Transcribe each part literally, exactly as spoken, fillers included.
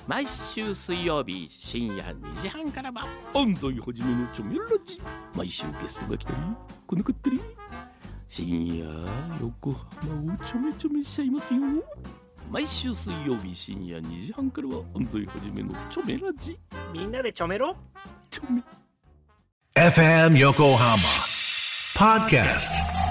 毎週水曜日深夜にじはんからは安西はじめのチョメラジ。毎週ゲストが来たり来なかったり、深夜横浜をちょめちょめしちゃいますよ。毎週水曜日深夜にじはんからは安西はじめのチョメラジ。 みんなでちょめろチョメエフエム 横浜 Podcast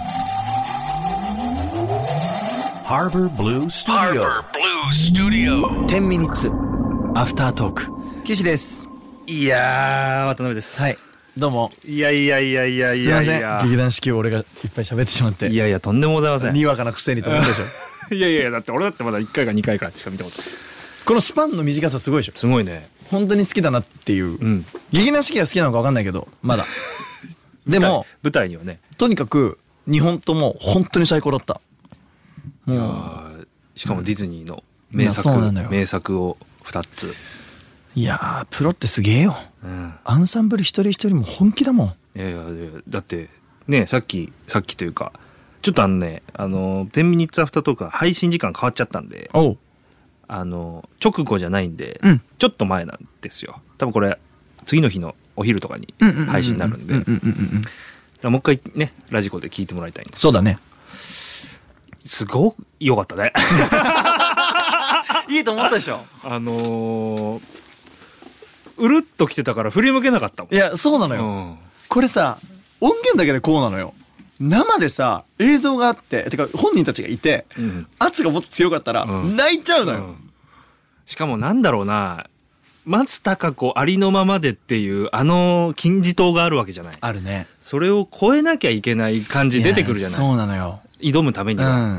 Harbor Blue Studio Harbor Blue Studio テンミニッツアフタートーク、岸です。 いやー渡辺です。 はい、どうも。 いやいやいやいやいすいまやいや、 せん、劇団四季を俺がいっぱい喋ってしまって。 いやいやとんでもございません。 にわかなくせにと思ったでしょいやいやだって俺だってまだいっかいかにかいかしか見たことない。 このスパンの短さすごいでしょ。 すごいね。 本当に好きだなっていう、うん、劇団四季が好きなのか分かんないけどまだでも舞台にはね、 とにかくにほんとも本当に最高だった。 もうしかもディズニーの名作、 うん、 名作をふたつ。 いやープロってすげえよ、うん、アンサンブル一人一人も本気だもん。 いやいやだってね、さっきさっきというかちょっとあのね、あのテンミニッツアフタートークは配信時間変わっちゃったんで、 おうあの直後じゃないんで、 うん、 ちょっと前なんですよ。多分これ次の日のお昼とかに配信になるんで、もう一回ねラジコで聞いてもらいたいんです。 そうだね。 すごく良かったねいいと思ったでしょ。 あのー、うるっと来てたから振り向けなかったもん。 いやそうなのよ、うん、これさ音源だけでこうなのよ。生でさ映像があっててか本人たちがいて、うん、圧がもっと強かったら泣いちゃうのよ、うん、 しかもなんだろうな、松たか子ありのままでっていうあの金字塔があるわけじゃない。 あるね。 それを超えなきゃいけない感じ出てくるじゃない。 そうなのよ。 挑むためには、うん、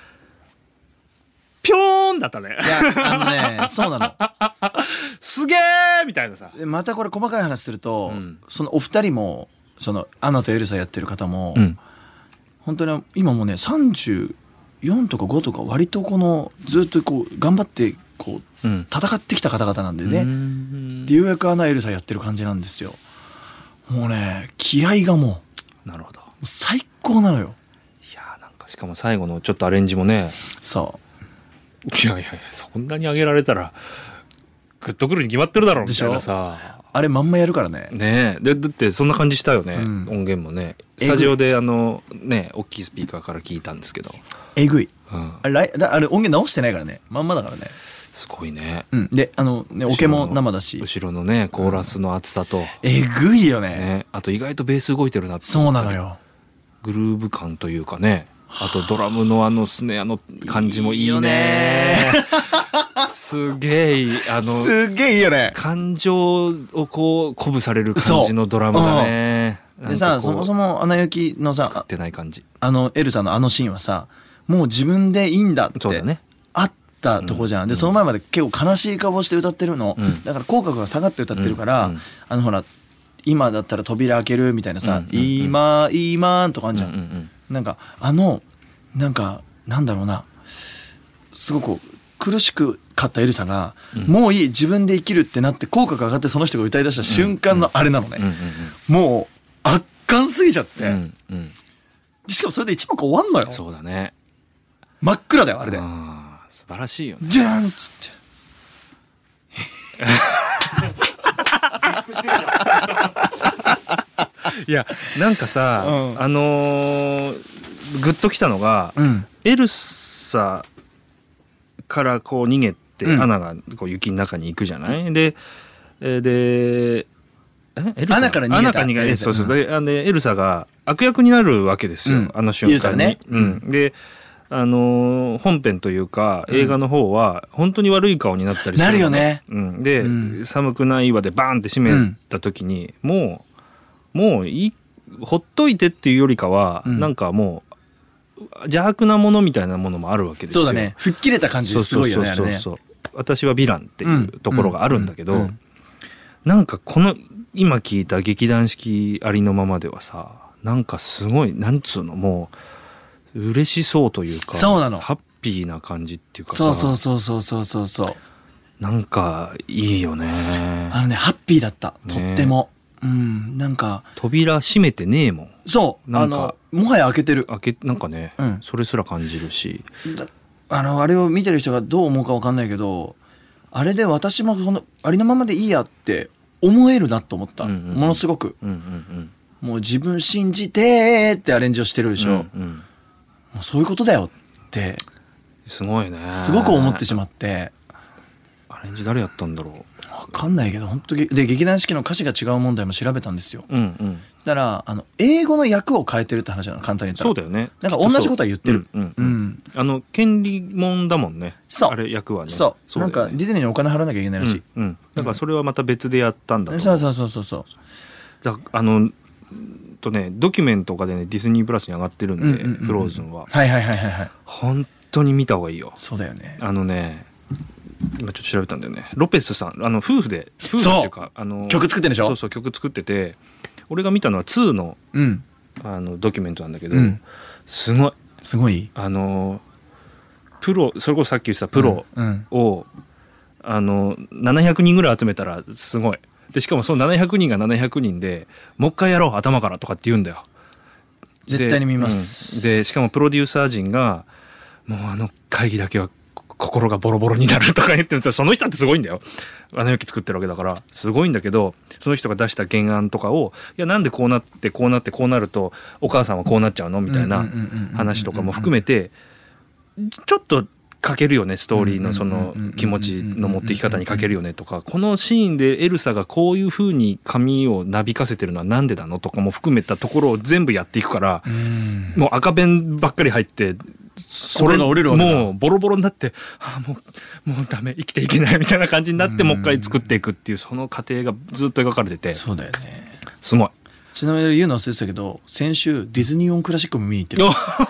ピョーンだったね。いやあのねそうなのすげーみたいなさ。 またこれ細かい話すると、うん、そのお二人もそのアナとエルサやってる方も、うん、本当に今もうねさんじゅうよんとかごとか割とこのずっとこう頑張ってこう、うん、戦ってきた方々なんでね、でようやくアナエルサやってる感じなんですよ。もうね気合がもうなるほど最高なのよ。 いやなんかしかも最後のちょっとアレンジもね、 そういやいやいやそんなに上げられたらグッとくるに決まってるだろうみたいなさ。 あれまんまやるからね。 ねえでだってそんな感じしたよね、うん、音源もねスタジオであのね大きいスピーカーから聞いたんですけどえぐい、うん、あれあれ音源直してないからねまんまだからね。 すごいね、 うん、であのねオケも生だし後ろのねコーラスの厚さと、うん、 えぐいよ ね, ねあと意外とベース動いてるなって。 そうなのよ。 グルーヴ感というかね、あとドラムのあのスネアの感じもいいね。いいよねすげえあのすげえいいよね。 感情をこう鼓舞される感じのドラムだね。 でさそもそもアナ雪のさ作ってない感じ、 あのエルサのあのシーンはさもう自分でいいんだってあったとこじゃん、うん、でその前まで結構悲しい顔して歌ってるの、うん、だから口角が下がって歌ってるから、うんうん、あのほら今だったら扉開けるみたいなさ、うんうんうん、今今とかあんじゃん、うんうんうん、なんかあのなんかなんだろうなすごく苦しくかったエルサが、うん、もういい自分で生きるってなって口角上がってその人が歌い出した瞬間のあれなのね、うんうんうんうん、もう圧巻すぎちゃって、うんうん、しかもそれで一幕終わんのよ。 そうだね真っ暗だよあれで。 あ素晴らしいよね。 ジャーンっつっていやなんかさ、うん、あのー、グッときたのが、うん、エルサからこう逃げて、うん、アナがこう雪の中に行くじゃない、うん、ででえエルサアナから逃げたアナから逃げたそうそう、うん、でエルサが悪役になるわけですよ、うん、あの瞬間に、ねうん、であのー、本編というか映画の方は本当に悪い顔になったりする、ね、 なるよね、 うん、で、うん、寒くないわでバーンって閉めた時に、うん、もうもういほっといてっていうよりかは、うん、なんかもう邪悪なものみたいなものもあるわけですよ。 そうだね吹っ切れた感じすごいよね。 そうそうそうそう、あれね、私はヴィランっていうところがあるんだけど、うんうんうん、なんかこの今聞いた劇団四季ありのままではさなんかすごいなんつうのもう嬉しそうというかそうなのハッピーな感じっていうかさそうそうそうそうそうそうそうなんかいいよね。 あのねハッピーだったとっても、ね、うんなんか扉閉めてねえもん。 そうなんかあのもはや開けてる開けなんかね、うん、それすら感じるしあのあれを見てる人がどう思うか分かんないけどあれで私もこのありのままでいいやって思えるなと思った、うんうんうん、ものすごく、うんうんうん、もう自分信じてってアレンジをしてるでしょ、うんうん、もうそういうことだよってすごいねすごく思ってしまって。 アレンジ誰やったんだろう分かんないけど本当で劇団四季の歌詞が違う問題も調べたんですよ、うんうん、だからあの英語の訳を変えてるって話なの簡単に言ったら。 そうだよね。 だから同じことは言ってる、 うんうんうん、あの権利もんだもんね。そうあれ役はね。 そう、そうだよね、なんかディズニーにお金払わなきゃいけないらしい、 うんうん、だからそれはまた別でやったんだと、うん、 そうそうそうそうそう。 だあのとねドキュメントとかでねディズニープラスに上がってるんで、うんうんうんうん、フローズンははいはいはいはいはい本当に見た方がいいよ。 そうだよね。 あのね今ちょっと調べたんだよね。ロペスさんあの夫婦で夫婦っていうかあの曲作ってるでしょ。 そうそう曲作ってて俺が見たのはツーの、うん、あのドキュメントなんだけど、うん、すごいすごいあのプロそれこそさっき言ってたプロを、うん、あのななひゃくにんぐらい集めたらすごいでしかもそのななひゃくにんがななひゃくにんでもう一回やろう頭からとかって言うんだよ。 絶対に見ます、 うん、でしかもプロデューサー陣がもうあの会議だけは心がボロボロになるとか言ってるんですよ。その人ってすごいんだよ。アナ雪作ってるわけだからすごいんだけどその人が出した原案とかをいやなんでこうなってこうなってこうなるとお母さんはこうなっちゃうのみたいな話とかも含めてちょっと書けるよねストーリーのその気持ちの持ってき方に書けるよねとかこのシーンでエルサがこういう風に髪をなびかせてるのはなんでなのとかも含めたところを全部やっていくからもう赤弁ばっかり入ってそれもうボロボロになってあもうもうダメ生きていけないみたいな感じになってもう一回作っていくっていうその過程がずっと描かれててそうだよねすごい。 ちなみに言うの忘れてたけど先週ディズニーオンクラシックも見に行ってる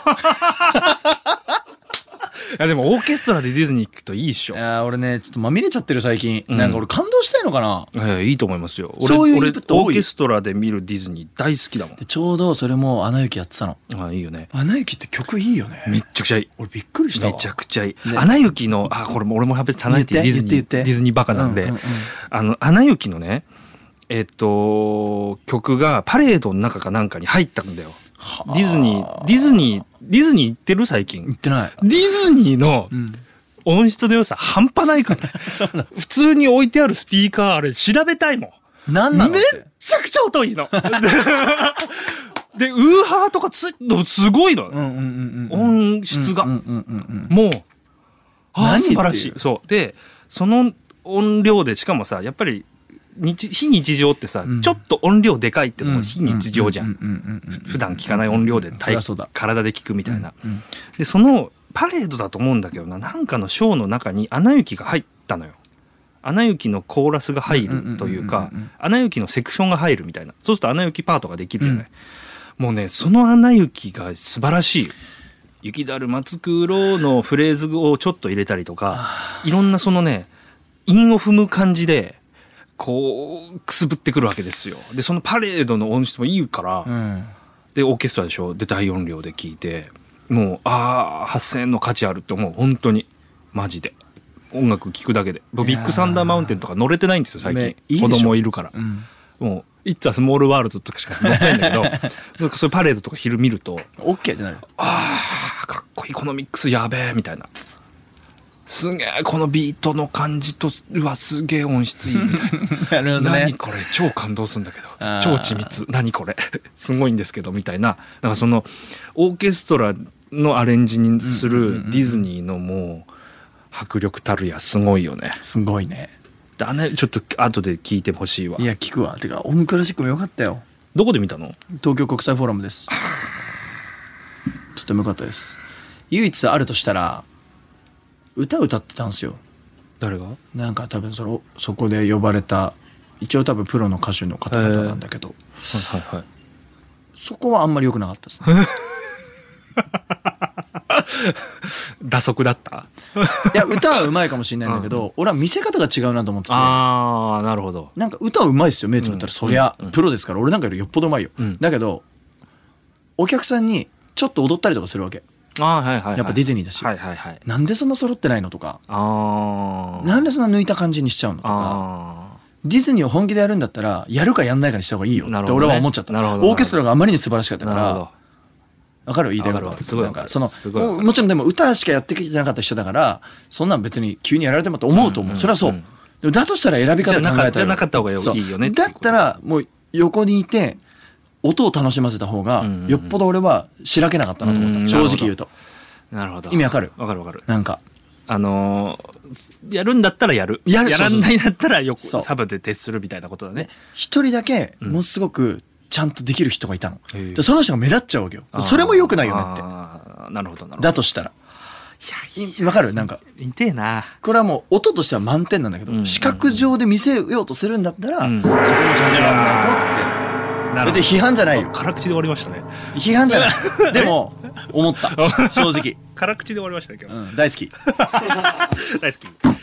いやでもオーケストラでディズニー行くといいっしょ。 いや俺ねちょっとまみれちゃってる最近、うん、なんか俺感動したいのかな。 いやいいと思いますよ。俺そういうインプット多い。 俺オーケストラで見るディズニー大好きだもん。 でちょうどそれもアナ雪やってたの。 あいいよね。 アナ雪って曲いいよね。 めっちゃくちゃいい。 俺びっくりしたわ。 めちゃくちゃいい。アナ雪のあこれも俺も話してディズニーディズニーバカなんで、うんうんうん、あのアナ雪のねえっと曲がパレードの中かなんかに入ったんだよ。ディズニーディズニーディズニー行ってる最近。 行ってない。 ディズニーの音質の良さ半端ないからね普通に置いてあるスピーカーあれ調べたいもん。なんなの？ めっちゃくちゃ音いいのでウーハーとかつのすごいの、うんうんうんうん、音質が、うんうんうんうん、もうあ素晴らしい。そうでその音量でしかもさやっぱり日非日常ってさ、うん、ちょっと音量でかいってのも非日常じゃん。普段聞かない音量で体体で聞くみたいな、うんうん、でそのパレードだと思うんだけどななんかのショーの中にアナ雪が入ったのよ。アナ雪のコーラスが入るというかアナ雪のセクションが入るみたいなそうするとアナ雪パートができるじゃない、うん、もうねそのアナ雪が素晴らしい。雪だるま作ろうのフレーズをちょっと入れたりとかいろんなそのね韻を踏む感じでこうくすぶってくるわけですよ。でそのパレードの音質もいいから、うん、でオーケストラでしょで大音量で聴いてもうああはっせんえんの価値あるって思う本当にマジで音楽聴くだけで。ビッグサンダーマウンテンとか乗れてないんですよ最近。いい子供いるから、うん、もう「It's a Small World」とかしか乗ってないんだけどそういうパレードとか昼見ると OK ってなる。 あーかっこいいこのミックスやべえみたいなすげえこのビートの感じとうわすげえ音質いいみたいななるほど、ね、何これ超感動するんだけど超緻密何これすごいんですけどみたいな。だからそのオーケストラのアレンジにするディズニーのもう迫力たるやすごいよね。 すごいね。 だねちょっと後で聞いてほしいわ。 いや聞くわ。てかオンクラシックもよかったよ。 どこで見たの？ 東京国際フォーラムです。とてもよかったです。唯一あるとしたら歌歌ってたんですよ。 誰が？ なんか多分そのそこで呼ばれた一応多分プロの歌手の方々なんだけど、はいはいはい、そこはあんまり良くなかったですね打足だった？ いや歌はうまいかもしれないんだけど、うん、俺は見せ方が違うなと思ってて。 ああなるほど。 なんか歌はうまいですよ目つぶったら、うん、そりゃ、うん、プロですから俺なんかよりよっぽどうまいよ、うん、だけどお客さんにちょっと踊ったりとかするわけ。 あ、はいはいはい、 やっぱディズニーだし、はいはいはい、なんでそんな揃ってないのとか、あなんでそんな抜いた感じにしちゃうのとか、あディズニーを本気でやるんだったらやるかやんないかにした方がいいよって俺は思っちゃった。オーケストラがあまりに素晴らしかったからわかる言いたいこと。 すごいなんかそのも, もちろんでも歌しかやってきてなかった人だからそんなん別に急にやられてもと思うと思う、うんうん、それはそう、うん、でもだとしたら選び方考えたらじゃなかった方がいいよね。 だったらもう横にいて音を楽しませた方がよっぽど俺はしらけなかったなと思った、うんうん、正直言うと。 なるほど。 意味わかる？ わかるわかる。 なんかあのー、やるんだったらやる。やる。やらないんだったらよくサブで徹するみたいなことだね。 一人だけものすごくちゃんとできる人がいたの。でその人が目立っちゃうわけよ。それも良くないよねって。 あなるほどなるほど。 だとしたら。いやわかる？なんか痛えな。 これはもう音としては満点なんだけど、うんうんうん、視覚上で見せようとするんだったら、うん、そこもちゃんとやらないとって。別に批判じゃないよ。 辛口で終わりましたね。 批判じゃない。でも思った。正直。 辛口で終わりましたね今日。 うん、大好き。 大好き。